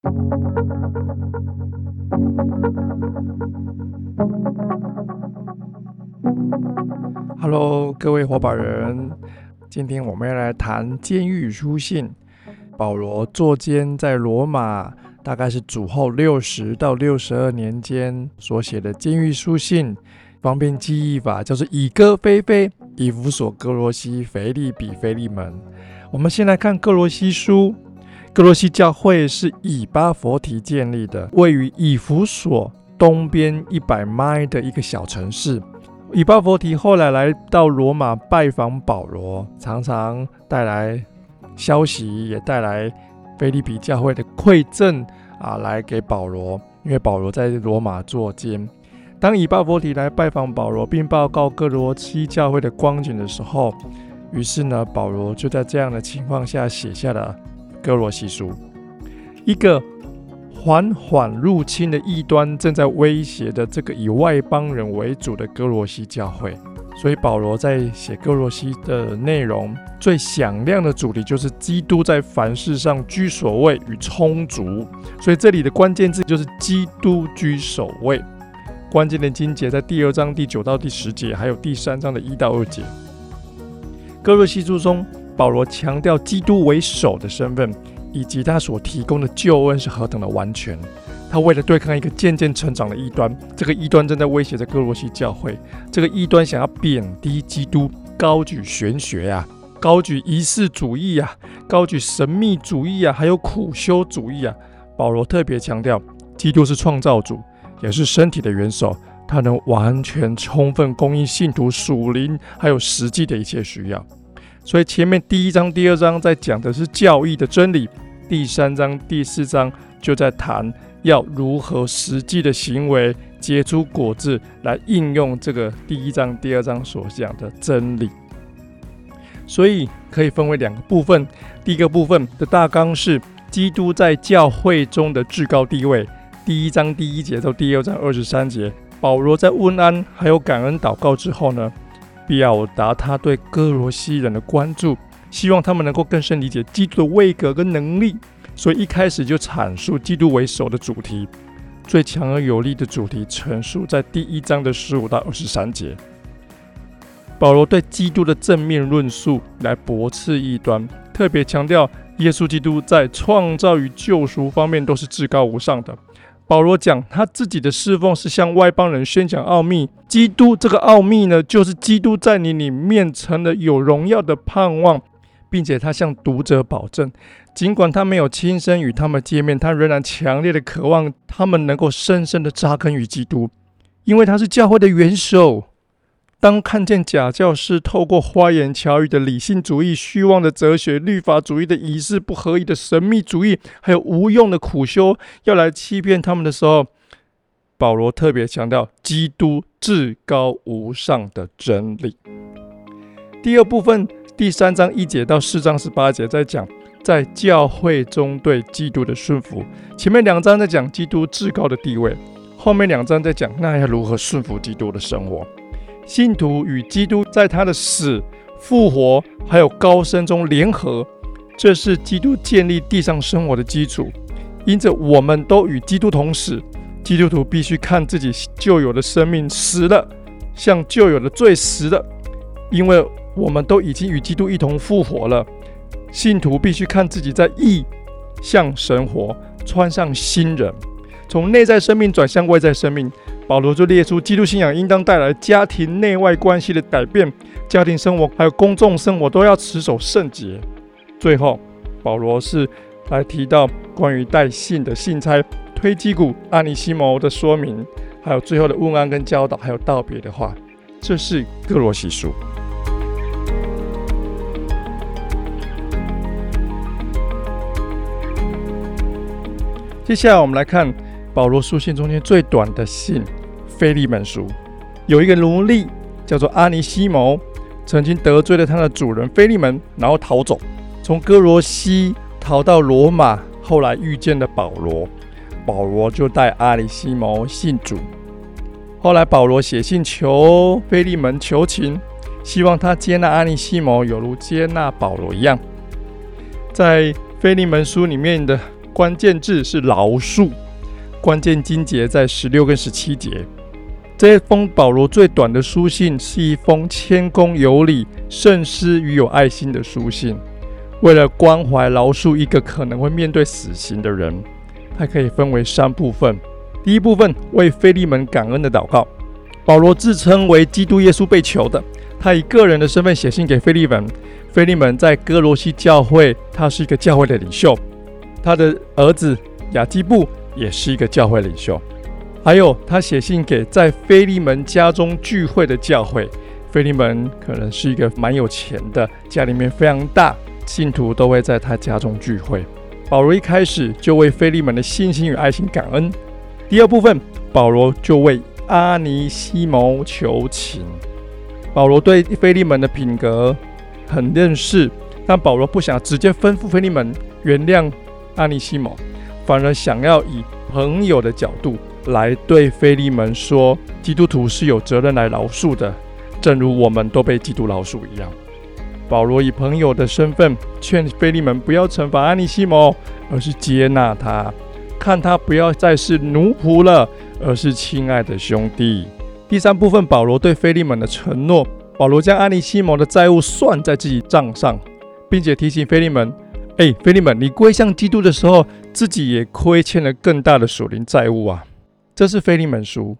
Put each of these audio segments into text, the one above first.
Hello， 各位伙伴人，今天我们要来谈监狱书信。保罗坐监在罗马，大概是主后60到62年间所写的监狱书信。方便记忆法叫做以哥非非、以弗所、哥罗西、腓立比、腓利门。我们先来看哥罗西书。哥罗西教会是以巴弗提建立的，位于以弗所东边100迈的一个小城市。以巴弗提后来来到罗马拜访保罗，常常带来消息，也带来腓立比教会的馈赠来给保罗，因为保罗在罗马坐监。当以巴弗提来拜访保罗，并报告哥罗西教会的光景的时候，于是呢，保罗就在这样的情况下写下了哥罗西书。一个缓缓入侵的异端正在威胁着这个以外邦人为主的哥罗西教会，所以保罗在写哥罗西的内容最响亮的主题就是基督在凡事上居首位与充足，所以这里的关键字就是基督居首位。关键的经节在第2章第9到第10节，还有第3章的1到2节。哥罗西书中，保罗强调基督为首的身份，以及他所提供的救恩是何等的完全。他为了对抗一个渐渐成长的异端，这个异端正在威胁着哥罗西教会。这个异端想要贬低基督，高举玄学高举仪式主义高举神秘主义还有苦修主义保罗特别强调，基督是创造主，也是身体的元首，他能完全充分供应信徒属灵还有实际的一切需要。所以前面第1章第2章在讲的是教义的真理，第3章第4章就在谈要如何实际的行为结出果子，来应用这个第1章第2章所讲的真理。所以可以分为2个部分。第一个部分的大纲是基督在教会中的至高地位，第1章第1节到第2章23节，保罗在问安还有感恩祷告之后呢，表达他对哥罗西人的关注，希望他们能够更深理解基督的位格跟能力。所以一开始就阐述基督为首的主题，最强而有力的主题陈述在第1章的15到23节。保罗对基督的正面论述来驳斥异端，特别强调耶稣基督在创造与救赎方面都是至高无上的。保罗讲他自己的侍奉是向外邦人宣讲奥秘，基督这个奥秘呢，就是基督在你里面成了有荣耀的盼望，并且他向读者保证，尽管他没有亲身与他们见面，他仍然强烈的渴望他们能够深深的扎根于基督，因为他是教会的元首。当看见假教师透过花言巧语的理性主义、虚妄的哲学、律法主义的仪式、不合理的神秘主义，还有无用的苦修，要来欺骗他们的时候，保罗特别强调基督至高无上的真理。第二部分第3章1节到4章18节在讲在教会中对基督的顺服，前面2章在讲基督至高的地位，后面2章在讲那要如何顺服基督的生活。信徒与基督在他的死、复活还有高升中联合，这是基督建立地上生活的基础。因着我们都与基督同死，基督徒必须看自己旧有的生命死了，向旧有的罪死了，因为我们都已经与基督一同复活了。信徒必须看自己在义，向神活，穿上新人，从内在生命转向外在生命。保罗就列出基督信仰应当带来家庭内外关系的改变，家庭生活还有公众生活都要持守圣洁。最后保罗是来提到关于带信的信差推基古、阿尼西摩的说明，还有最后的问安跟教导，还有道别的话。这是哥罗西书。接下来我们来看保罗书信中间最短的信腓利门书。有一个奴隶叫做阿尼西摩，曾经得罪了他的主人腓利门，然后逃走，从哥罗西逃到罗马，后来遇见了保罗，保罗就带阿尼西摩信主。后来保罗写信求腓利门求情，希望他接纳阿尼西摩，有如接纳保罗一样。在腓利门书里面的关键字是饶恕，关键经节在16跟17节。这封保罗最短的书信是一封谦恭有礼、慎思与有爱心的书信。为了关怀饶恕一个可能会面对死刑的人，它可以分为3部分。第一部分，为腓利门感恩的祷告。保罗自称为基督耶稣被囚的，他以个人的身份写信给腓利门。腓利门在哥罗西教会，他是一个教会的领袖，他的儿子亚基布也是一个教会领袖。还有他写信给在腓利门家中聚会的教会。腓利门可能是一个蛮有钱的，家里面非常大，信徒都会在他家中聚会。保罗一开始就为腓利门的信心与爱心感恩。第二部分，保罗就为阿尼西摩求情。保罗对腓利门的品格很认识，但保罗不想直接吩咐腓利门原谅阿尼西摩，反而想要以朋友的角度来对腓利门说，基督徒是有责任来饶恕的，正如我们都被基督饶恕一样。保罗以朋友的身份劝腓利门不要惩罚阿尼西摩，而是接纳他，看他不要再是奴仆了，而是亲爱的兄弟。第3部分，保罗对腓利门的承诺。保罗将阿尼西摩的债务算在自己账上，并且提醒腓利门，腓利门，你归向基督的时候，自己也亏欠了更大的属灵债务啊。这是腓利门书。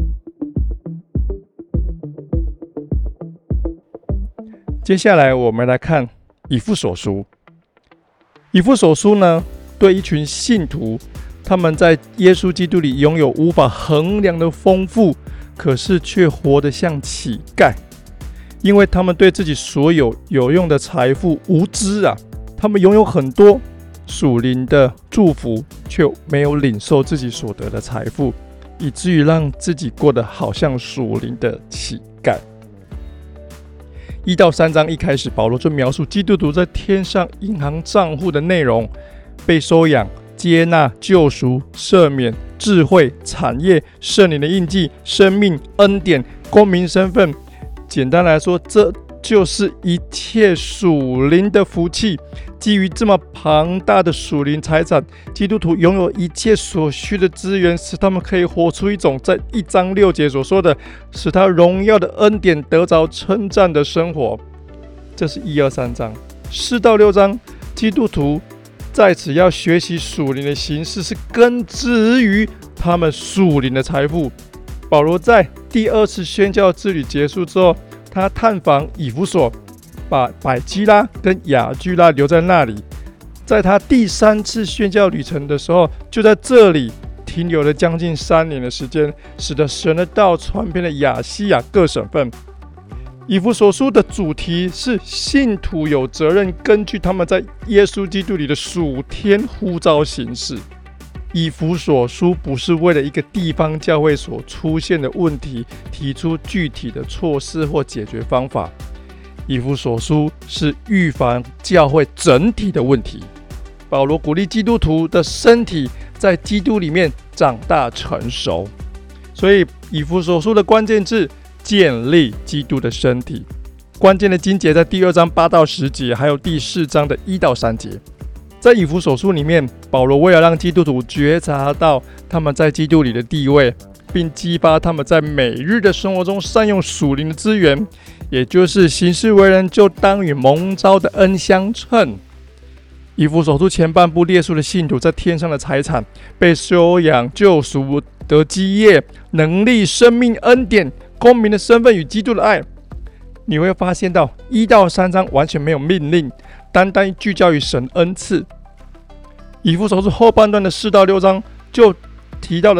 接下来我们来看以弗所书。以弗所书呢，对一群信徒，他们在耶稣基督里拥有无法衡量的丰富，可是却活得像乞丐，因为他们对自己所有有用的财富无知啊。他们拥有很多属灵的祝福，却没有领受自己所得的财富，以至于让自己过得好像属灵的乞丐。1到3章一开始，保罗就描述基督徒在天上银行账户的内容：被收养、接纳、救赎、赦免、智慧、产业、圣灵的印记、生命、恩典、公民身份。简单来说，这就是一切属灵的福气。基于这么庞大的属灵财产，基督徒拥有一切所需的资源，使他们可以活出一种在1章6节所说的使他荣耀的恩典得着称赞的生活。这是1、2、3章。4到6章，基督徒在此要学习属灵的形式，是根植于他们属灵的财富。保罗在第2次宣教之旅结束之后，他探访以弗所，把百基拉跟雅居拉留在那里。在他第3次宣教旅程的时候，就在这里停留了将近3年的时间，使得神的道传遍了亚西亚各省份。以弗所书的主题是信徒有责任根据他们在耶稣基督里的属天呼召行事。以弗所书不是为了一个地方教会所出现的问题提出具体的措施或解决方法，以弗所书是预防教会整体的问题。保罗鼓励基督徒的身体在基督里面长大成熟，所以以弗所书的关键字建立基督的身体。关键的经节在第2章8到10节，还有第4章的1到3节。在以弗所书里面，保罗为了让基督徒觉察到他们在基督里的地位，并激发他们在每日的生活中善用属灵的资源，也就是行事为人就当与蒙召的恩相称。以弗所书前半部列出了信徒在天上的财产：被收养、救赎、得基业、能力、生命、恩典、公民的身份与基督的爱。你会发现到1到3章完全没有命令，单单聚焦于神恩赐。以弗所书后半段的4到6章就提到了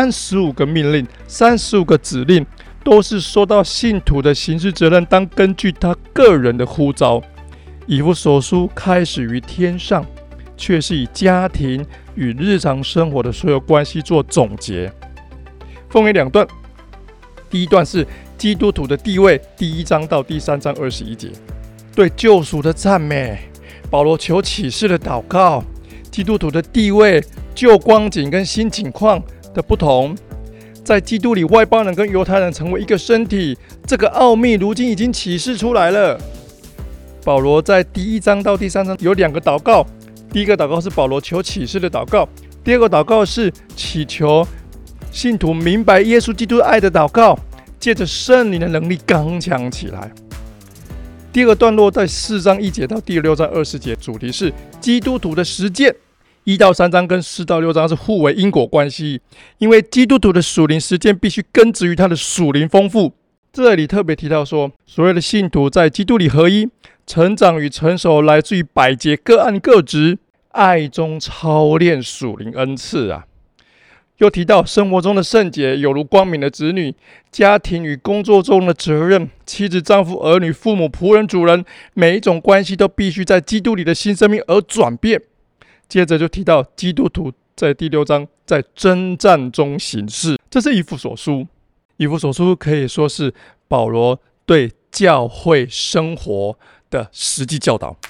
35个命令、35个指令，都是说到信徒的行事责任当根据他个人的呼召。以弗所书开始于天上，却是以家庭与日常生活的所有关系做总结，分为2段。第一段是基督徒的地位，第1章到第3章21节，对救赎的赞美，保罗求启示的祷告，基督徒的地位、旧光景跟新景况的不同，在基督里外邦人跟犹太人成为一个身体，这个奥秘如今已经启示出来了。保罗在第1章到第3章有2个祷告， 第一个祷告是保罗求启示的祷告，第二个祷告是祈求信徒明白耶稣基督爱的祷告，借着圣灵的能力刚强起来。第二个段落在4章1节到第6章20节，主题是基督徒的实践。1到3章跟4到6章是互为因果关系，因为基督徒的属灵实践必须根植于他的属灵丰富。这里特别提到说，所有的信徒在基督里合一，成长与成熟来自于百节各按各职，爱中操练属灵恩赐啊。又提到生活中的圣洁有如光明的子女，家庭与工作中的责任，妻子、丈夫、儿女、父母、仆人、主人，每一种关系都必须在基督里的新生命而转变。接着就提到基督徒在第6章在征战中行事，这是以弗所书。以弗所书可以说是保罗对教会生活的实际教导。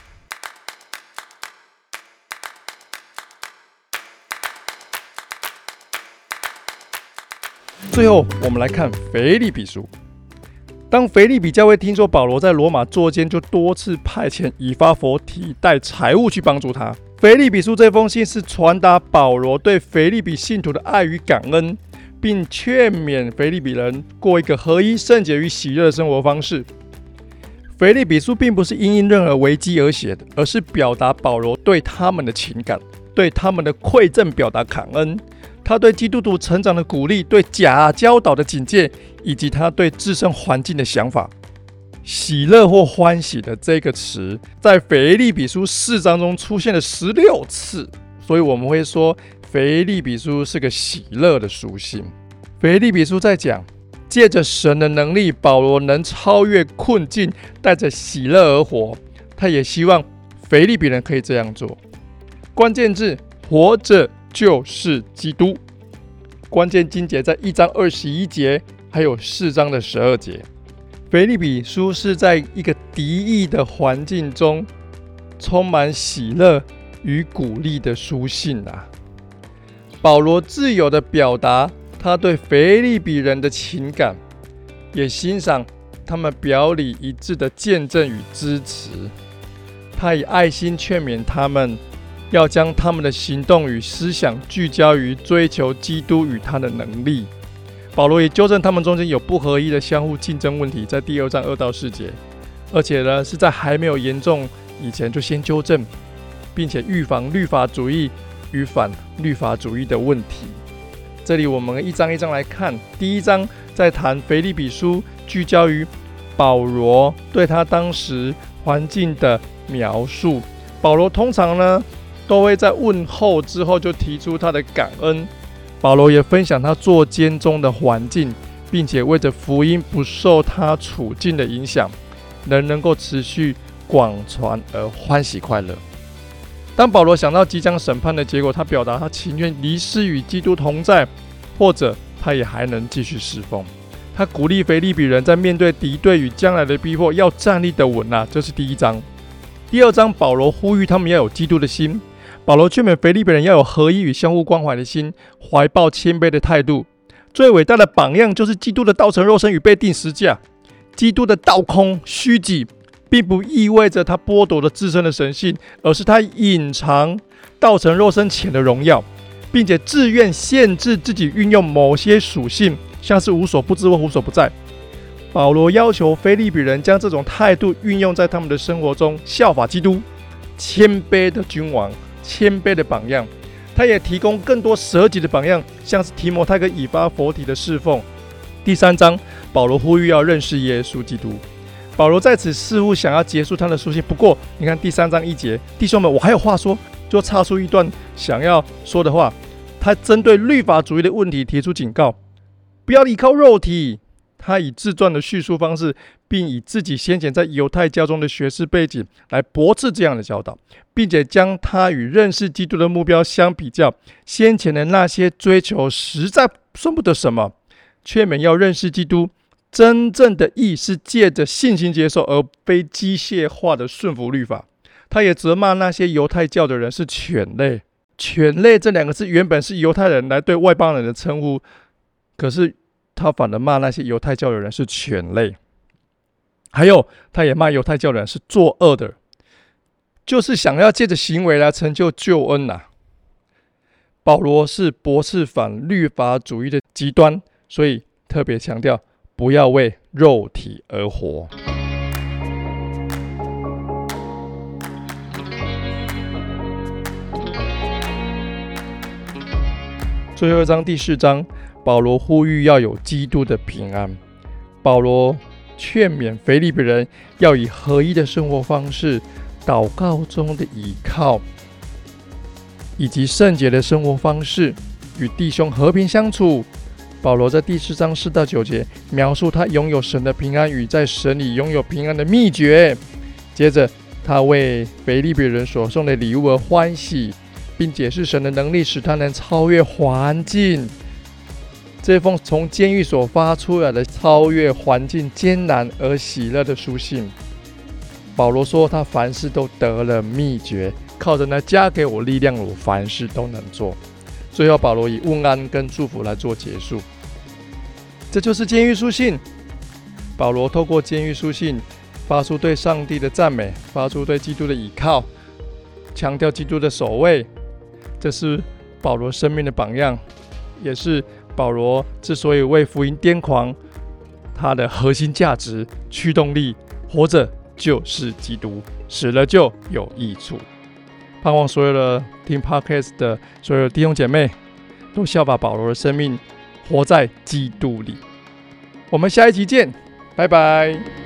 最后我们来看腓立比书。当腓立比教会听说保罗在罗马作监，就多次派遣以巴弗提带财物去帮助他。腓立比书这封信是传达保罗对腓立比信徒的爱与感恩，并劝勉腓立比人过一个合一、圣洁与喜乐的生活方式。腓立比书并不是因任何危机而写的，而是表达保罗对他们的情感，对他们的馈赠表达感恩，他对基督徒成长的鼓励，对假教导的警戒，以及他对自身环境的想法。喜乐或欢喜的这个词在腓立比书4章中出现了16次，所以我们会说腓立比书是个喜乐的书信。腓立比书在讲借着神的能力，保罗能超越困境，带着喜乐而活。他也希望腓立比人可以这样做。关键字活着就是基督。关键经节在1章21节，还有4章的12节。腓立比书是在一个敌意的环境中，充满喜乐与鼓励的书信啊。保罗自由地表达他对腓立比人的情感，也欣赏他们表里一致的见证与支持。他以爱心劝勉他们，要将他们的行动与思想聚焦于追求基督与他的能力。保罗也纠正他们中间有不合一的相互竞争问题，在第2章2到4节，而且呢是在还没有严重以前就先纠正，并且预防律法主义与反律法主义的问题。这里我们一章一章来看。第1章在谈腓立比书，聚焦于保罗对他当时环境的描述。保罗通常呢都会在问候之后就提出他的感恩。保罗也分享他作监中的环境，并且为着福音不受他处境的影响，能够持续广传而欢喜快乐。当保罗想到即将审判的结果，他表达他情愿离世与基督同在，或者他也还能继续侍奉。他鼓励腓立比人在面对敌对与将来的逼迫要站立得稳啊，这是第1章。第2章保罗呼吁他们要有基督的心。保罗劝勉腓立比人要有合一与相互关怀的心，怀抱谦卑的态度。最伟大的榜样就是基督的道成肉身与被钉十架。基督的道空虚己，并不意味着他剥夺了自身的神性，而是他隐藏道成肉身前的荣耀，并且自愿限制自己运用某些属性，像是无所不知或无所不在。保罗要求腓立比人将这种态度运用在他们的生活中，效法基督谦卑的君王，谦卑的榜样。他也提供更多舍己的榜样，像是提摩太跟以巴弗提的侍奉。第3章保罗呼吁要认识耶稣基督。保罗在此似乎想要结束他的书信，不过你看第3章1节，弟兄们，我还有话说，就插出一段想要说的话。他针对律法主义的问题提出警告，不要依靠肉体。他以自传的叙述方式，并以自己先前在犹太教中的学识背景来驳斥这样的教导，并且将他与认识基督的目标相比较。先前的那些追求实在算不得什么，劝勉要认识基督。真正的义是借着信心接受，而非机械化的顺服律法。他也责骂那些犹太教的人是犬类。犬类这2个字原本是犹太人来对外邦人的称呼，可是他反而骂那些犹太教的人是犬类。还有他也骂犹太教的人是作恶的。 就是想要借着行为来成就救恩啊。保罗是驳斥反律法主义的极端，所以特别强调不要为肉体而活。最后一章第4章，保罗呼吁要有基督的平安。保罗劝勉腓立比人要以合一的生活方式、祷告中的倚靠，以及圣洁的生活方式，与弟兄和平相处。保罗在第4章4到9节描述他拥有神的平安与在神里拥有平安的秘诀。接着，他为腓立比人所送的礼物而欢喜，并解释神的能力使他能超越环境。这封从监狱所发出来的超越环境艰难而喜乐的书信，保罗说他凡事都得了秘诀，靠着那加给我力量，我凡事都能做。最后保罗以问安跟祝福来做结束。这就是监狱书信。保罗透过监狱书信发出对上帝的赞美，发出对基督的倚靠，强调基督的守卫。这是保罗生命的榜样，也是保罗之所以为福音癫狂，他的核心价值、驱动力，活着就是基督，死了就有益处。盼望所有的听 Podcast 的所有弟兄姐妹都效法保罗的生命，活在基督里。我们下一集见，拜拜。